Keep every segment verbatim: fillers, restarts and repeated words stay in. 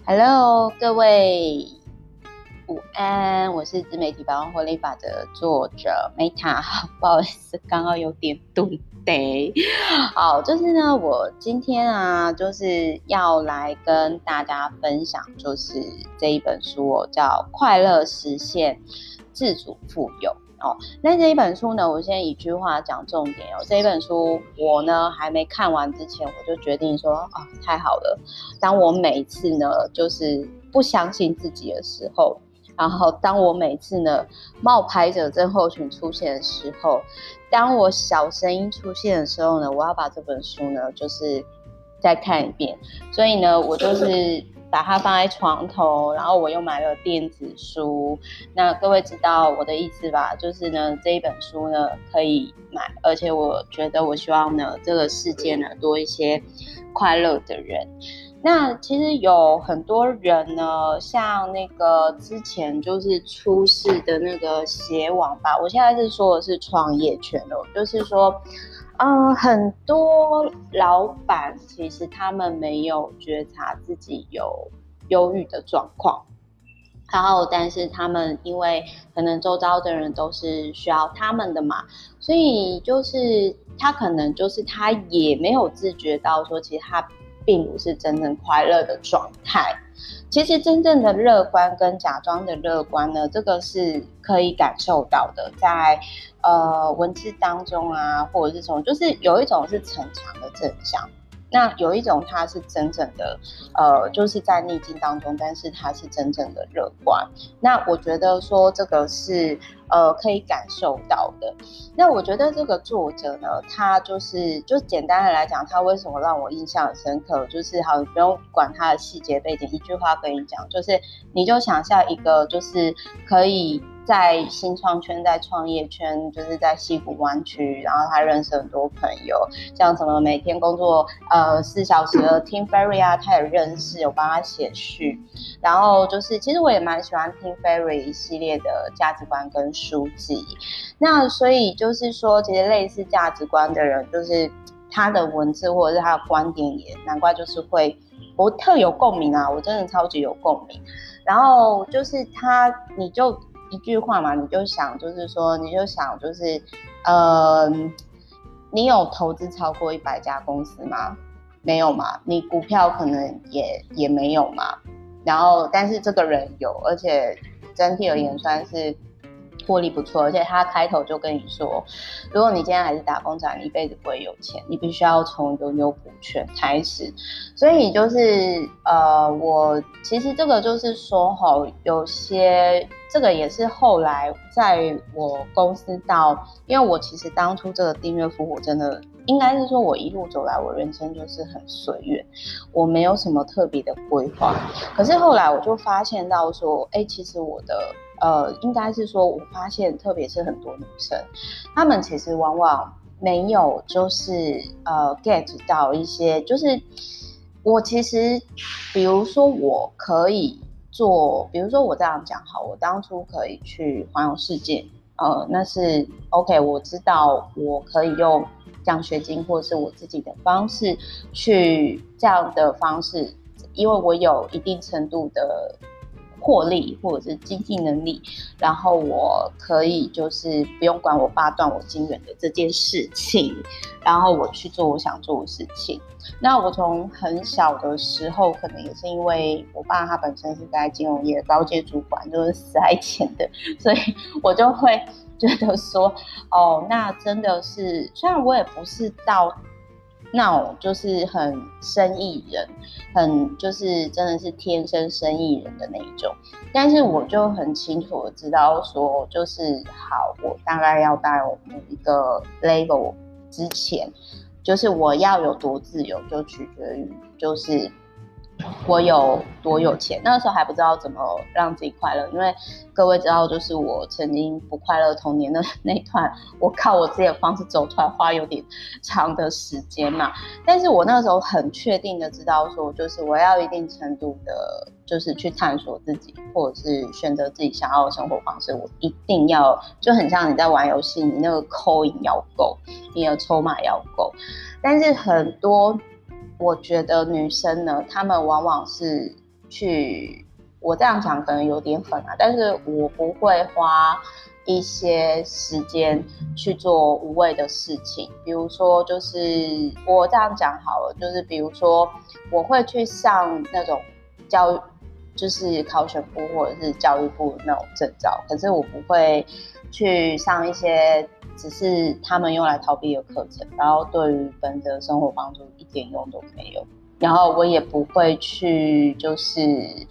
Hello，各位午安，我是自媒体百万获利法则的作者 Meta， 不好意思，刚刚有点肚得。好，就是呢，我今天啊，就是要来跟大家分享，就是这一本书哦，叫《快乐实现自主富有》。哦，那这一本书呢，我先一句话讲重点哦。这一本书我呢还没看完之前，我就决定说，啊，太好了。当我每次呢就是不相信自己的时候，然后当我每次呢冒牌者症候群出现的时候，当我小声音出现的时候呢，我要把这本书呢就是再看一遍。所以呢，我就是把它放在床头，然后我又买了电子书。那各位知道我的意思吧？就是呢，这一本书呢可以买，而且我觉得我希望呢，这个世界呢多一些快乐的人。那其实有很多人呢，像那个之前就是出事的那个鞋网吧，我现在是说的是创业圈的，就是说。嗯，很多老板其实他们没有觉察自己有忧郁的状况，然后但是他们因为可能周遭的人都是需要他们的嘛，所以就是他可能就是他也没有自觉到说，其实他并不是真正快乐的状态。其实真正的乐观跟假装的乐观呢，这个是可以感受到的，在呃文字当中啊，或者是什么，就是有一种是逞强的正向，那有一种它是真正的呃就是在逆境当中，但是它是真正的乐观。那我觉得说这个是呃可以感受到的。那我觉得这个作者呢，他就是就简单的来讲，他为什么让我印象很深刻，就是好，你不用管他的细节背景，一句话跟你讲，就是你就想象一个就是可以在新创圈、在创业圈，就是在矽谷湾区，然后他认识很多朋友，像什么每天工作呃四小时的 Tim Ferriss 啊，他也认识，有帮他写序。然后就是其实我也蛮喜欢 Tim Ferriss 一系列的价值观跟书籍。那所以就是说，其实类似价值观的人，就是他的文字或者是他的观点也难怪就是会我特有共鸣啊，我真的超级有共鸣。然后就是他，你就一句话嘛，你就想就是说，你就想就是呃，你有投资超过一百家公司吗？没有嘛，你股票可能也也没有嘛。然后但是这个人有，而且整体而言算是获利不错，而且他开头就跟你说，如果你今天还是打工仔，你一辈子不会有钱，你必须要从拥有股权开始。所以就是呃，我其实这个就是说齁，有些这个也是后来在我公司到，因为我其实当初这个订阅服务真的应该是说我一路走来，我人生就是很随缘，我没有什么特别的规划。可是后来我就发现到说，哎，其实我的呃，应该是说，我发现特别是很多女生，她们其实往往没有就是呃 get 到一些，就是我其实，比如说我可以做，比如说我这样讲好，我当初可以去环游世界，呃，那是 OK， 我知道我可以用奖学金或者是我自己的方式去这样的方式，因为我有一定程度的获利或者是经济能力，然后我可以就是不用管我爸断我金源的这件事情，然后我去做我想做的事情。那我从很小的时候，可能也是因为我爸他本身是在金融业高阶主管，就是死爱钱的，所以我就会觉得说，哦，那真的是，虽然我也不是到那种就是很生意人，很就是真的是天生生意人的那一种，但是我就很清楚的知道说，就是好，我大概要到某一个 level 之前，就是我要有多自由，就取决于就是我有多有钱。那个时候还不知道怎么让自己快乐，因为各位知道，就是我曾经不快乐童年的那一段，我靠我自己的方式走出来，花有点长的时间嘛。但是我那个时候很确定的知道说，就是我要一定程度的，就是去探索自己，或者是选择自己想要的生活方式。我一定要，就很像你在玩游戏，你那个扣赢要够，你的筹码要够。但是很多我觉得女生呢，她们往往是去，我这样讲可能有点狠啊，但是我不会花一些时间去做无谓的事情。比如说就是我这样讲好了，就是比如说我会去上那种教育，就是考选部或者是教育部那种证照，可是我不会去上一些只是他们用来逃避的课程，然后对于本的生活帮助一点用都没有。然后我也不会去就是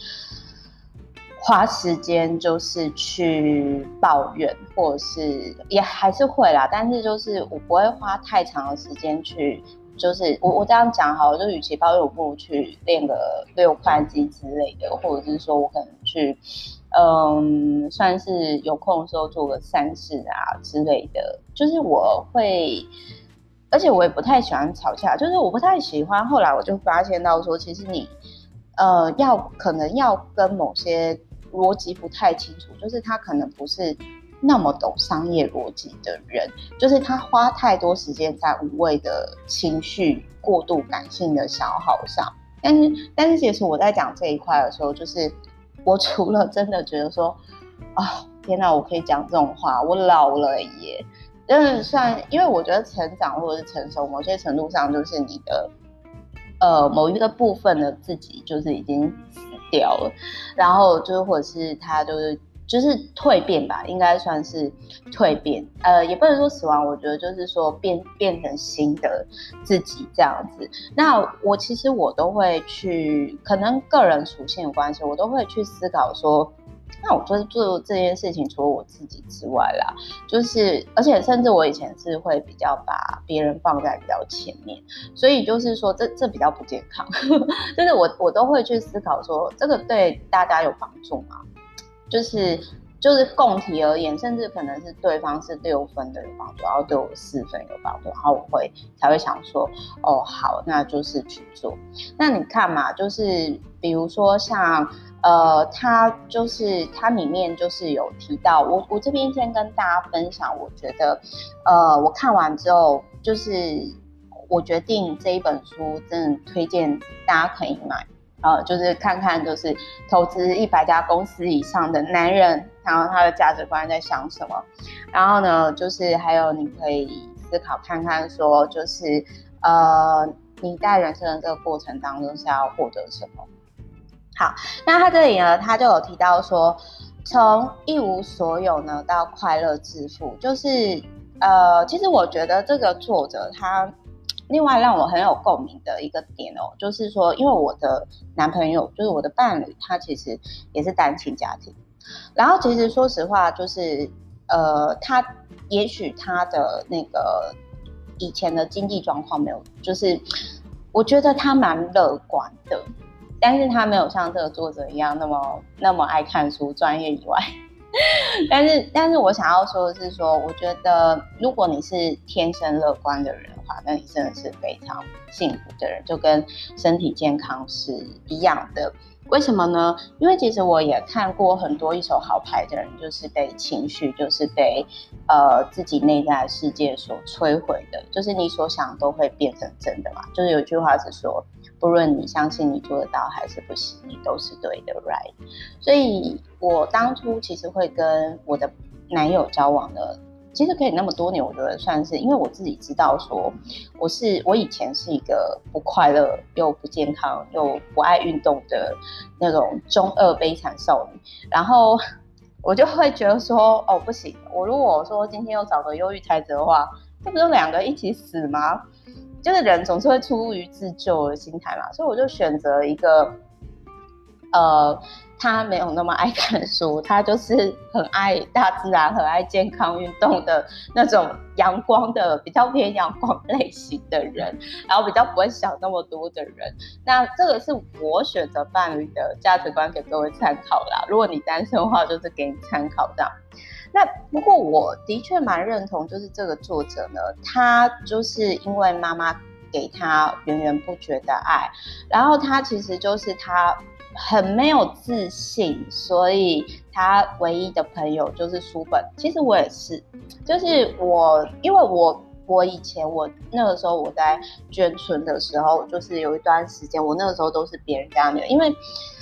花时间就是去抱怨，或者是也还是会啦，但是就是我不会花太长的时间去，就是我我这样讲好了，就与其抱怨，我不如去练个六块肌之类的，或者是说我可能去，嗯，算是有空的时候做个善事啊之类的，就是我会。而且我也不太喜欢吵架，就是我不太喜欢。后来我就发现到说，其实你，呃，要可能要跟某些逻辑不太清楚，就是他可能不是那么懂商业逻辑的人，就是他花太多时间在无谓的情绪、过度感性的消耗上。但是，但是其实我在讲这一块的时候，就是我除了真的觉得说，啊、哦，天哪，我可以讲这种话，我老了耶。就是算，因为我觉得成长或者是成熟，某些程度上就是你的，呃，某一个部分的自己就是已经死掉了，然后就是或者是他就是就是蜕变吧，应该算是蜕变，呃，也不能说死亡，我觉得就是说变变成新的自己这样子。那我其实我都会去，可能个人属性有关系，我都会去思考说。那我就是做这件事情，除了我自己之外啦，就是而且甚至我以前是会比较把别人放在比较前面，所以就是说这这比较不健康，就是我我都会去思考说这个对大家有帮助吗？就是就是共体而言，甚至可能是对方是六分的有帮助，然后对我四分有帮助，然后我会才会想说，哦好，那就是去做。那你看嘛，就是比如说像。呃，它就是它里面就是有提到，我我这边先跟大家分享，我觉得，呃，我看完之后，就是我决定这一本书真的推荐大家可以买，呃，就是看看就是投资一百家公司以上的男人，然后他的价值观在想什么，然后呢，就是还有你可以思考看看说，就是呃，你在人生的这个过程当中是要获得什么。好，那他这里呢，他就有提到说，从一无所有呢到快乐致富，就是呃，其实我觉得这个作者他另外让我很有共鸣的一个点哦，就是说，因为我的男朋友，就是我的伴侣，他其实也是单亲家庭，然后其实说实话，就是呃，他也许他的那个以前的经济状况没有，就是我觉得他蛮乐观的。但是他没有像这个作者一样那么那么爱看书，专业以外。但是，但是我想要说的是说，我觉得如果你是天生乐观的人的话，那你真的是非常幸福的人，就跟身体健康是一样的。为什么呢？因为其实我也看过很多一手好牌的人，就是被情绪，就是被呃自己内在的世界所摧毁的，就是你所想都会变成真的嘛。就是有句话是说，不论你相信你做得到还是不行，你都是对的 ，right？ 所以我当初其实会跟我的男友交往的。其实可以那么多年，我觉得算是，因为我自己知道说，我是我以前是一个不快乐又不健康又不爱运动的那种中二悲惨少女，然后我就会觉得说，哦不行，我如果说今天又找个忧郁才子的话，这不就两个一起死吗？就是人总是会出于自救的心态嘛，所以我就选择一个，呃。他没有那么爱看书，他就是很爱大自然、很爱健康运动的那种阳光的、比较偏阳光类型的人，然后比较不会想那么多的人。那这个是我选择伴侣的价值观，给各位参考啦。如果你单身的话，就是给你参考这样。那不过我的确蛮认同，就是这个作者呢，他就是因为妈妈给他源源不绝的爱，然后他其实就是他。很没有自信，所以他唯一的朋友就是书本。其实我也是，就是我，因为我我以前我那个时候我在眷村的时候，就是有一段时间，我那个时候都是别人家女儿，因为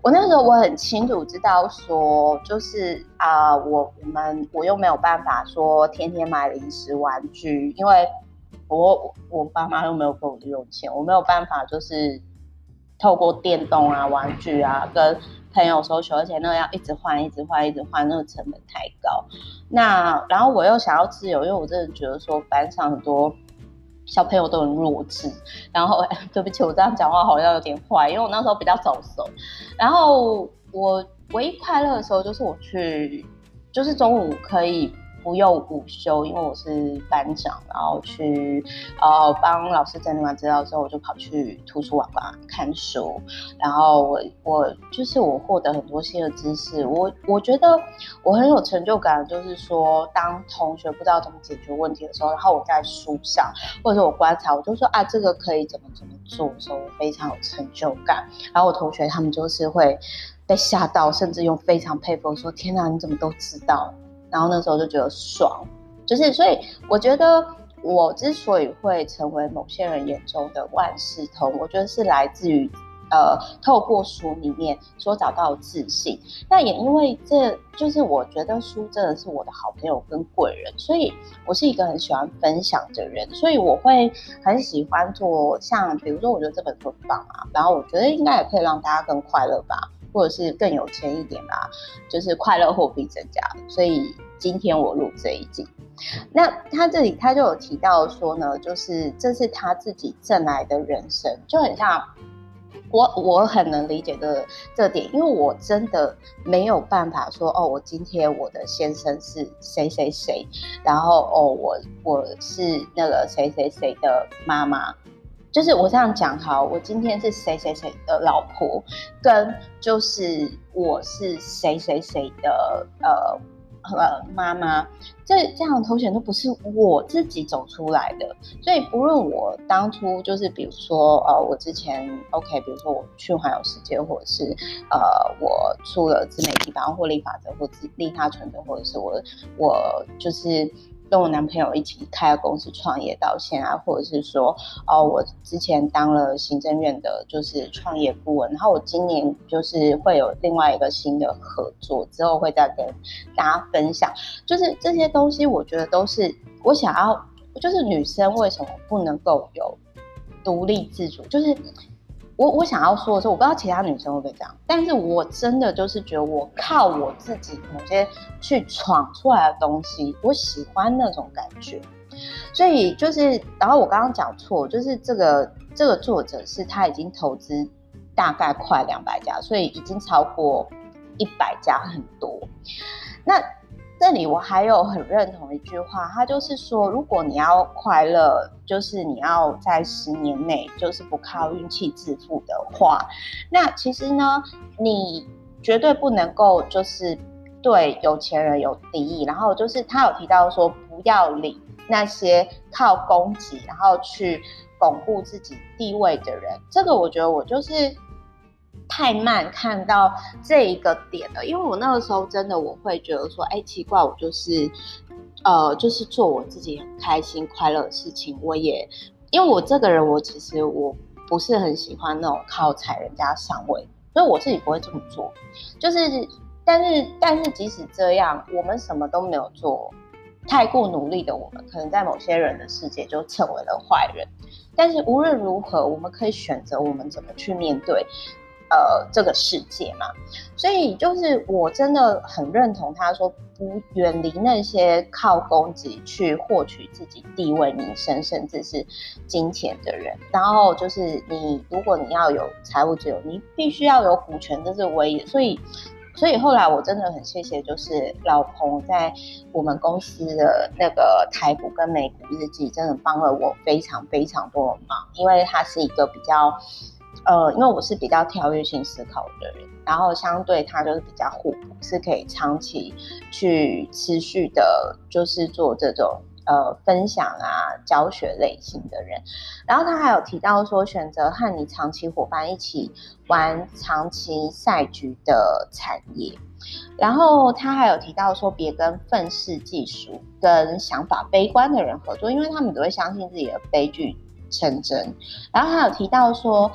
我那时候我很清楚知道说，就是啊、呃，我我们我又没有办法说天天买零食玩具，因为我我爸妈又没有给我零用钱，我没有办法就是透过电动啊、玩具啊跟朋友收求，而且那个要一直换、一直换、一直换，那个成本太高。那然后我又想要自由，因为我真的觉得说班上很多小朋友都很弱智，然后对不起，我这样讲话好像有点坏，因为我那时候比较早熟。然后我唯一快乐的时候就是我去，就是中午可以不用午休，因为我是班长，然后去呃帮老师整理完资料之后，我就跑去图书馆看书，然后我我就是我获得很多新的知识，我我觉得我很有成就感，就是说当同学不知道怎么解决问题的时候，然后我在书上或者我观察，我就说啊这个可以怎么怎么做的时候，我非常有成就感，然后我同学他们就是会被吓到，甚至用非常佩服说天哪你怎么都知道。然后那时候就觉得爽，就是所以我觉得我之所以会成为某些人眼中的万事通，我觉得是来自于呃透过书里面所找到的自信。那也因为这就是我觉得书真的是我的好朋友跟贵人，所以我是一个很喜欢分享的人，所以我会很喜欢做像比如说我觉得这本书很棒啊，然后我觉得应该也可以让大家更快乐吧。或者是更有钱一点吧，就是快乐货币增加的，所以今天我录这一集。那他这里他就有提到说呢，就是这是他自己挣来的人生，就很像我我很能理解的这点，因为我真的没有办法说哦，我今天我的先生是谁谁谁，然后哦我我是那个谁谁谁的妈妈。就是我这样讲好，我今天是谁谁谁的老婆，跟就是我是谁谁谁的呃呃妈妈，这这样的头衔都不是我自己走出来的，所以不论我当初就是比如说呃我之前 OK， 比如说我去环游世界，或者是呃我出了自媒体百万获利法则，或者利他存折，或者是我我就是。跟我男朋友一起开了公司创业到现在，或者是说，哦，我之前当了行政院的，就是创业顾问，然后我今年就是会有另外一个新的合作，之后会再跟大家分享。就是这些东西，我觉得都是我想要，就是女生为什么不能够有独立自主，就是。我我想要说的是，我不知道其他女生会不会这样，但是我真的就是觉得我靠我自己某些去闯出来的东西，我喜欢那种感觉。所以就是，然后我刚刚讲错，就是这个这个作者是他已经投资大概快两百家，所以已经超过一百家很多。那这里我还有很认同一句话，他就是说，如果你要快乐，就是你要在十年内就是不靠运气致富的话，那其实呢，你绝对不能够就是对有钱人有敌意。然后就是他有提到说，不要理那些靠攻击然后去巩固自己地位的人。这个我觉得我就是。太慢看到这一个点了，因为我那个时候真的我会觉得说，哎，奇怪，我就是呃，就是做我自己很开心快乐的事情。我也因为我这个人，我其实我不是很喜欢那种靠踩人家上位，所以我自己不会这么做。就是，但是但是即使这样，我们什么都没有做，太过努力的我们，可能在某些人的世界就成为了坏人。但是无论如何，我们可以选择我们怎么去面对。呃，这个世界嘛，所以就是我真的很认同他说，不远离那些靠攻击去获取自己地位、名声，甚至是金钱的人。然后就是你，如果你要有财务自由，你必须要有股权，这是唯一的。所以，所以后来我真的很谢谢，就是老彭在我们公司的那个台股跟美股日记，真的帮了我非常非常多的忙，因为他是一个比较。呃，因为我是比较跳跃性思考的人，然后相对他就是比较互补，是可以长期去持续的，就是做这种呃分享啊、教学类型的人。然后他还有提到说，选择和你长期伙伴一起玩长期赛局的产业。然后他还有提到说，别跟愤世嫉俗、跟想法悲观的人合作，因为他们都会相信自己的悲剧成真。然后还有提到说。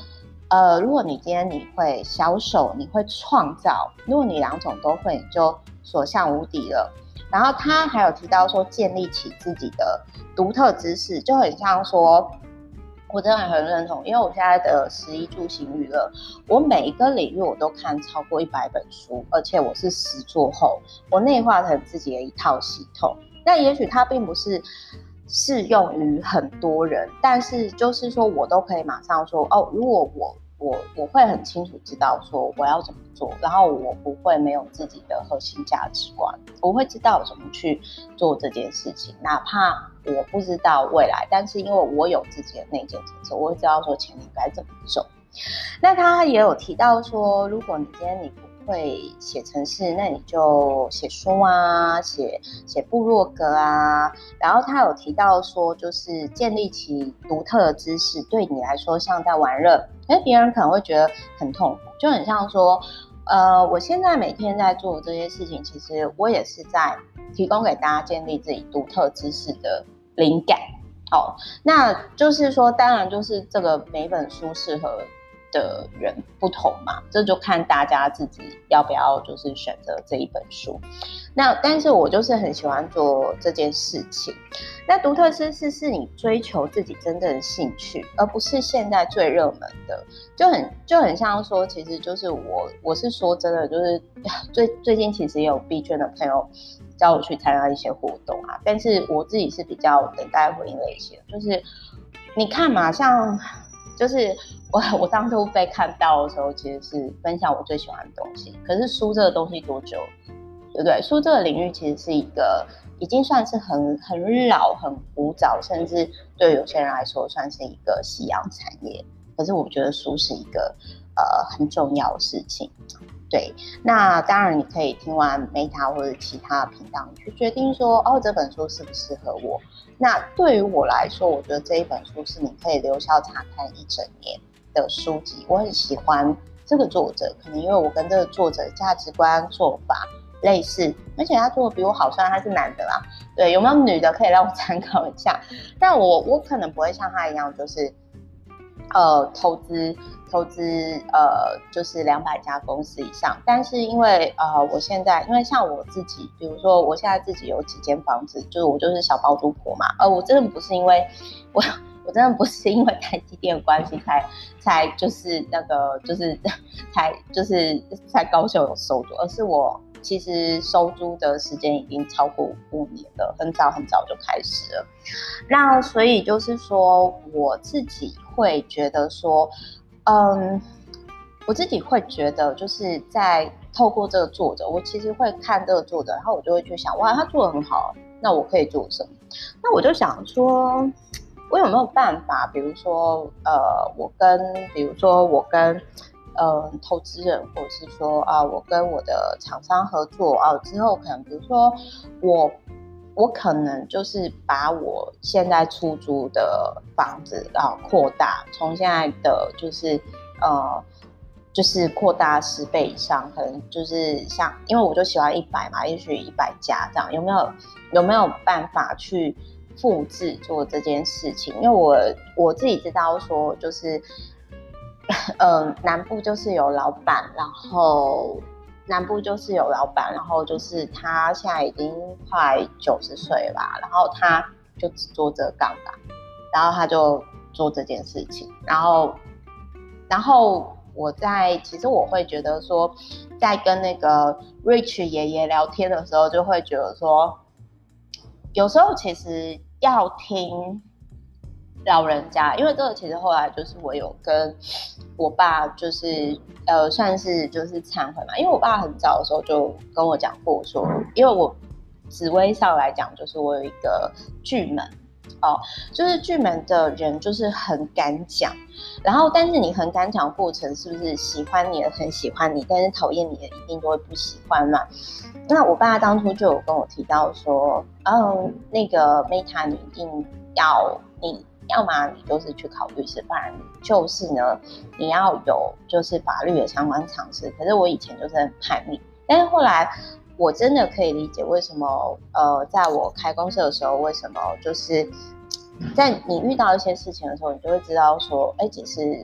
呃，如果你今天你会销售，你会创造，如果你两种都会，你就所向无敌了。然后他还有提到说，建立起自己的独特知识，就很像说，我真的很认同，因为我现在的食衣住行娱乐，我每一个领域我都看超过一百本书，而且我是实作后，我内化成自己的一套系统。那也许它并不是适用于很多人，但是就是说我都可以马上说哦，如果我我我会很清楚知道说我要怎么做，然后我不会没有自己的核心价值观，我会知道怎么去做这件事情，哪怕我不知道未来，但是因为我有自己的内建程式，我会知道说前面该怎么走。那他也有提到说，如果你今天你不会写程式，那你就写书啊，写写部落格啊。然后他有提到说，就是建立起独特的知识，对你来说像在玩乐，因为别人可能会觉得很痛苦，就很像说，呃，我现在每天在做这些事情，其实我也是在提供给大家建立自己独特知识的灵感。好，那就是说，当然就是这个每本书适合的人不同嘛，这就看大家自己要不要就是选择这一本书。那但是我就是很喜欢做这件事情。那独特知识是你追求自己真正的兴趣，而不是现在最热门的，就很就很像说，其实就是我我是说真的，就是最最近其实也有币圈的朋友叫我去参加一些活动啊，但是我自己是比较等待回应类型，就是你看嘛，像就是我我当初被看到的时候，其实是分享我最喜欢的东西，可是书这个东西多久，对不对？书这个领域其实是一个已经算是很很老、很古早，甚至对有些人来说算是一个夕阳产业。可是我觉得书是一个呃很重要的事情。对，那当然你可以听完 Meta 或者其他的频道，你去决定说，哦，这本书适不适合我。那对于我来说，我觉得这一本书是你可以留校查看一整年的书籍。我很喜欢这个作者，可能因为我跟这个作者的价值观做法类似，而且他做的比我好，虽然他是男的啦。对，有没有女的可以让我参考一下？但我我可能不会像他一样，就是呃投资投资呃就是两百家公司以上，但是因为呃我现在因为像我自己，比如说我现在自己有几间房子，就是我就是小包租婆嘛，呃我真的不是因为我我真的不是因为台积电的关系才才就是那个就是才就是才高雄有收租，而是我其实收租的时间已经超过五年了，很早很早就开始了。那所以就是说，我自己会觉得说，嗯，我自己会觉得就是在透过这个作者，我其实会看这个作者，然后我就会去想，哇，他做得很好，那我可以做什么？那我就想说，我有没有办法，比如说，呃，我跟，比如说我跟。呃，投资人，或者是说啊，我跟我的厂商合作啊，之后可能比如说我，我可能就是把我现在出租的房子啊扩大，从现在的就是呃，就是扩大十倍以上，可能就是像，因为我就喜欢一百嘛，也许一百家这样，有没有有没有办法去复制做这件事情？因为我我自己知道说，就是。呃，南部就是有老板，然后南部就是有老板，然后就是他现在已经快九十岁了吧，然后他就只做这个杠杆，然后他就做这件事情，然后，然后我在其实我会觉得说，在跟那个 Rich 爷爷聊天的时候，就会觉得说，有时候其实要听。老人家，因为这个其实后来就是我有跟我爸就是呃算是就是忏悔嘛，因为我爸很早的时候就跟我讲过说，因为我紫微上来讲就是我有一个巨门哦，就是巨门的人就是很敢讲，然后但是你很敢讲的过程是不是喜欢你的很喜欢你，但是讨厌你的一定都会不喜欢嘛？那我爸当初就有跟我提到说，嗯，那个 Meta 你一定要你。要么你就是去考律师，不然就是呢，你要有就是法律的相关常识。可是我以前就是很叛逆，但是后来我真的可以理解为什么，呃，在我开公司的时候，为什么就是在你遇到一些事情的时候，你就会知道说，哎，其实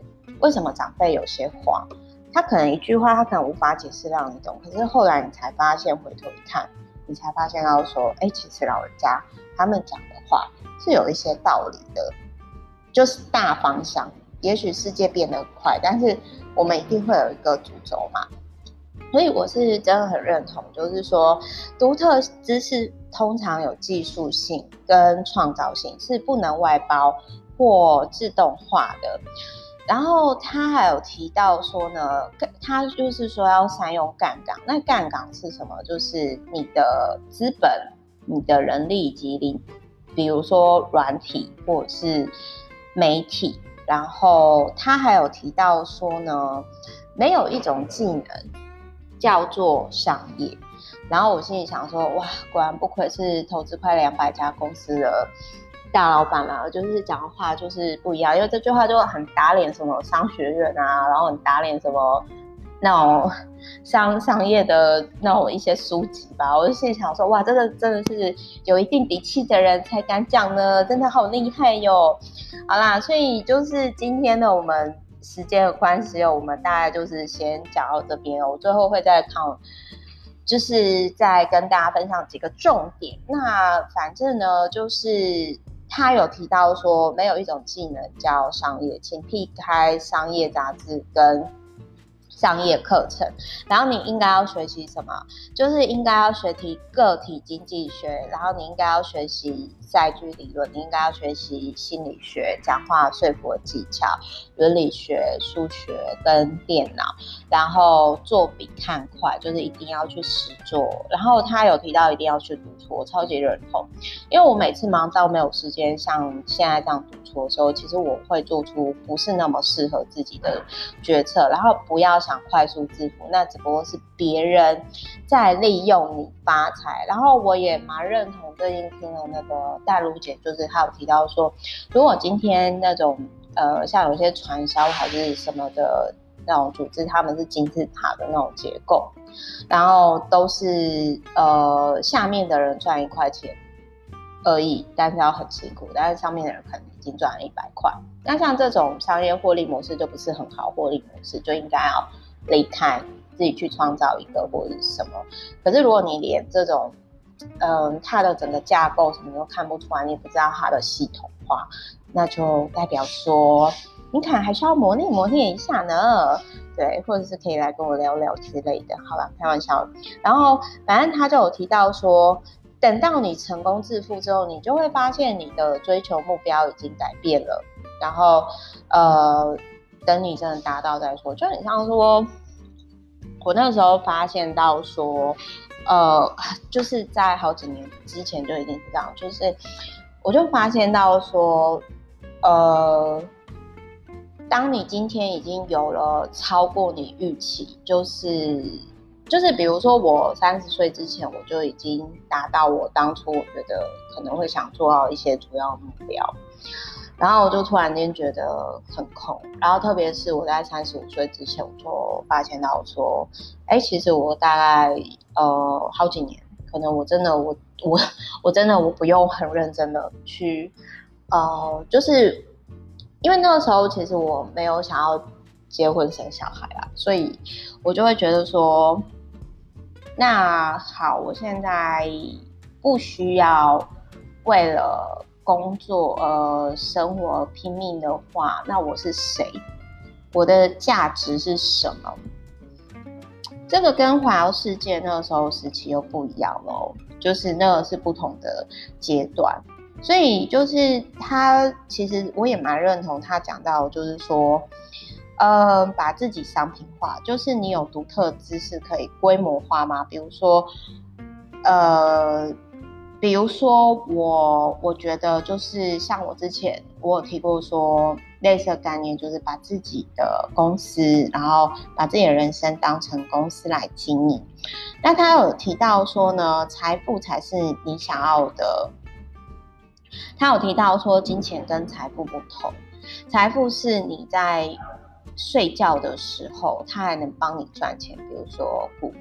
为什么长辈有些话，他可能一句话他可能无法解释让你懂，可是后来你才发现，回头一看，你才发现到说，哎，其实老人家他们讲的话是有一些道理的，就是大方向。也许世界变得快，但是我们一定会有一个主轴嘛。所以我是真的很认同，就是说独特知识通常有技术性跟创造性，是不能外包或自动化的。然后他还有提到说呢，他就是说要善用杠杆。那杠杆是什么？就是你的资本、你的人力以及你，比如说软体或者是媒体。然后他还有提到说呢，没有一种技能叫做商业。然后我心里想说，哇，果然不愧是投资快两百家公司的大老板啦，就是讲话就是不一样。因为这句话就很打脸什么商学院啊，然后很打脸什么那种商商业的那种一些书籍吧。我就心里想说，哇，这个真的是有一定底气的人才敢讲呢，真的好厉害哟。好啦，所以就是今天的我们时间的关系哦，我们大概就是先讲到这边哦。我最后会再看，就是再跟大家分享几个重点。那反正呢，就是他有提到说，没有一种技能叫商业，请避开商业杂志跟商业课程。然后你应该要学习什么？就是应该要学习个体经济学，然后你应该要学习赛局理论，你应该要学习心理学、讲话说服的技巧、伦理学、数学跟电脑，然后做比看快，就是一定要去实做。然后他有提到一定要去读书，我超级认同，因为我每次忙到没有时间像现在这样读书的时候，其实我会做出不是那么适合自己的决策，然后不要想快速致富，那只不过是别人在利用你发财。然后我也蛮认同最近听了那个戴茹姐，就是她有提到说，如果今天那种呃像有些传销还是什么的那种组织，他们是金字塔的那种结构，然后都是呃下面的人赚一块钱而已，但是要很辛苦，但是上面的人可能已经赚了一百块。那像这种商业获利模式就不是很好获利模式，就应该要离开，自己去创造一个或者是什么。可是如果你连这种嗯，它的整个架构什么都看不出来，你也不知道它的系统化，那就代表说你可能还需要磨练磨练一下呢。对，或者是可以来跟我聊聊之类的，好吧，开玩笑。然后反正他就有提到说，等到你成功致富之后，你就会发现你的追求目标已经改变了。然后呃，等你真的达到再说。就很像说，我那个时候发现到说，呃，就是在好几年之前就已经是这样，就是我就发现到说，呃，当你今天已经有了超过你预期，就是就是比如说我三十岁之前，我就已经达到我当初我觉得可能会想做到一些主要目标。然后我就突然间觉得很空，然后特别是我在三十五岁之前，我就发现到说，哎，其实我大概呃好几年，可能我真的我我我真的我不用很认真的去，呃，就是因为那个时候其实我没有想要结婚生小孩啦，所以我就会觉得说，那好，我现在不需要为了工作呃生活拼命的话，那我是谁？我的价值是什么？这个跟环游世界那个时候时期又不一样咯，就是那个是不同的阶段。所以就是他其实我也蛮认同他讲到，就是说呃把自己商品化，就是你有独特知识可以规模化吗？比如说呃比如说我我觉得就是像我之前我有提过说类似的概念，就是把自己的公司，然后把自己的人生当成公司来经营。那他有提到说呢，财富才是你想要的。他有提到说金钱跟财富不同，财富是你在睡觉的时候他还能帮你赚钱，比如说股利，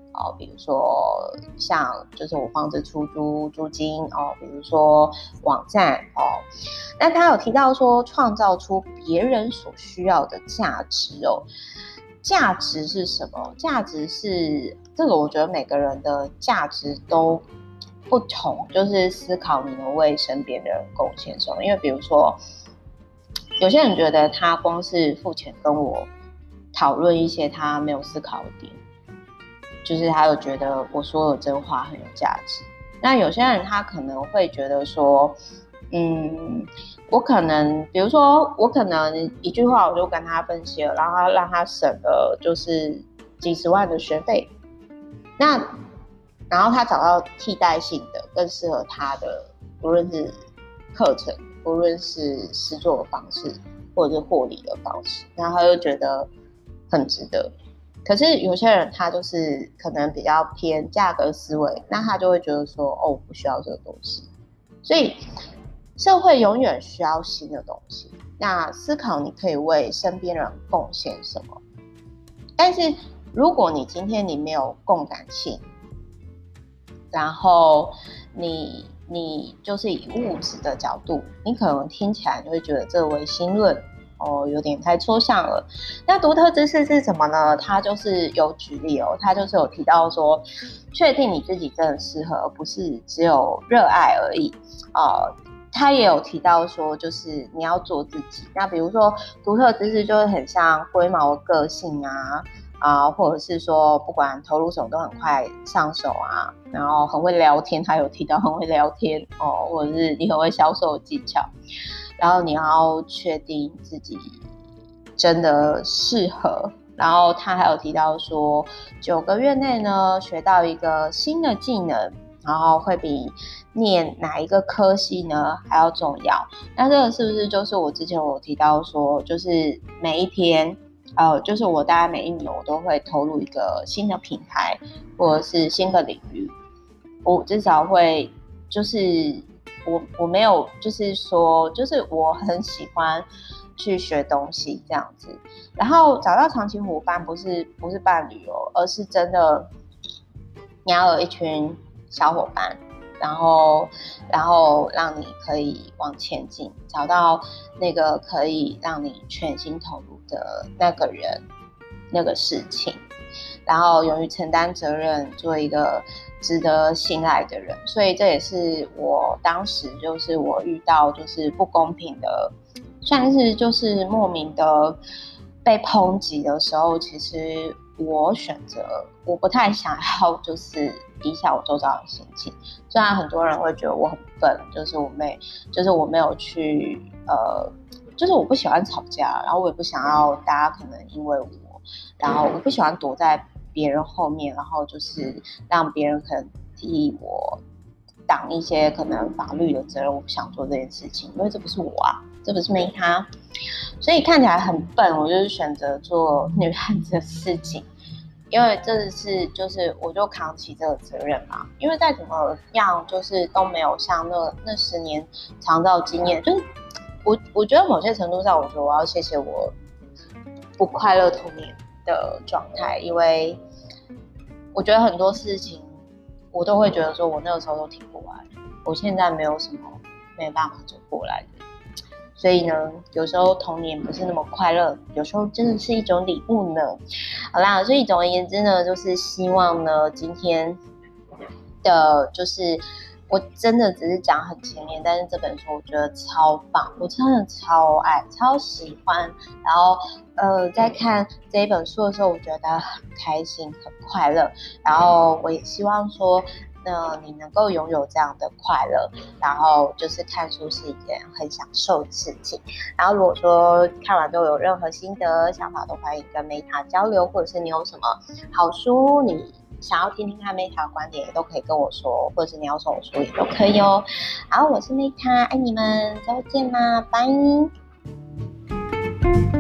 哦，比如说像就是我房子出租租金哦，比如说网站哦，那他有提到说创造出别人所需要的价值哦。价值是什么？价值是这个，我觉得每个人的价值都不同，就是思考你能为身边的人贡献什么。因为比如说，有些人觉得他光是付钱跟我讨论一些他没有思考的点，就是他有觉得我说的真话很有价值。那有些人他可能会觉得说，嗯，我可能，比如说，我可能一句话我就跟他分析了，然后他让他省了就是几十万的学费，那然后他找到替代性的、更适合他的，不论是课程，不论是施作的方式，或者是获利的方式，然后他就觉得很值得。可是有些人他就是可能比较偏价格思维，那他就会觉得说，哦，我不需要这个东西，所以。社会永远需要新的东西，那思考你可以为身边人贡献什么。但是如果你今天你没有共感性，然后你你就是以物质的角度，你可能听起来你会觉得这唯心论哦有点太抽象了。那独特知识是什么呢？它就是有举例哦，它就是有提到说，确定你自己真的适合，而不是只有热爱而已哦。他也有提到说，就是你要做自己。那比如说独特知识，就是很像龟毛的个性啊，啊，或者是说不管投入什么都很快上手啊，然后很会聊天，他有提到很会聊天哦，或者是你很会销售技巧，然后你要确定自己真的适合。然后他还有提到说，九个月内呢学到一个新的技能。然后会比念哪一个科系呢还要重要。那这个是不是就是我之前有提到说，就是每一天，呃，就是我大概每一年我都会投入一个新的品牌或者是新的领域，我至少会就是我我没有就是说，就是我很喜欢去学东西这样子。然后找到长期伙伴不是不是伴侣哦，而是真的你要有一群。小伙伴，然后，然后让你可以往前进，找到那个可以让你全心投入的那个人、那个事情，然后勇于承担责任，做一个值得信赖的人。所以这也是我当时就是我遇到就是不公平的，算是就是莫名的被抨击的时候，其实我选择我不太想要就是影响我周遭的心情。虽然很多人会觉得我很笨，就是我没就是我没有去呃就是我不喜欢吵架，然后我也不想要大家可能因为我，然后我不喜欢躲在别人后面，然后就是让别人可能替我挡一些可能法律的责任，我不想做这件事情，因为这不是我啊，这不是没他，所以看起来很笨，我就是选择做女汉子的事情。因为这是就是我就扛起这个责任嘛，因为再怎么样就是都没有像那那十年长照经验，就是我我觉得某些程度上，我觉得我要谢谢我不快乐童年的状态，因为我觉得很多事情我都会觉得说我那个时候都挺过来，我现在没有什么没办法走过来的。所以呢，有时候童年不是那么快乐，有时候真的是一种礼物呢。好啦，所以总而言之呢，就是希望呢，今天的就是我真的只是讲很前面，但是这本书我觉得超棒，我真的超爱、超喜欢。然后呃，在看这一本书的时候，我觉得很开心、很快乐。然后我也希望说。那你能够拥有这样的快乐，然后就是看书是一件很享受的事情。然后如果说看完之后有任何心得想法，都欢迎跟 Meta 交流，或者是你有什么好书，你想要听听看 Meta 的观点，也都可以跟我说，或者是你要送我书也都可以哦。好，我是 Meta， 爱你们，再见啦，拜。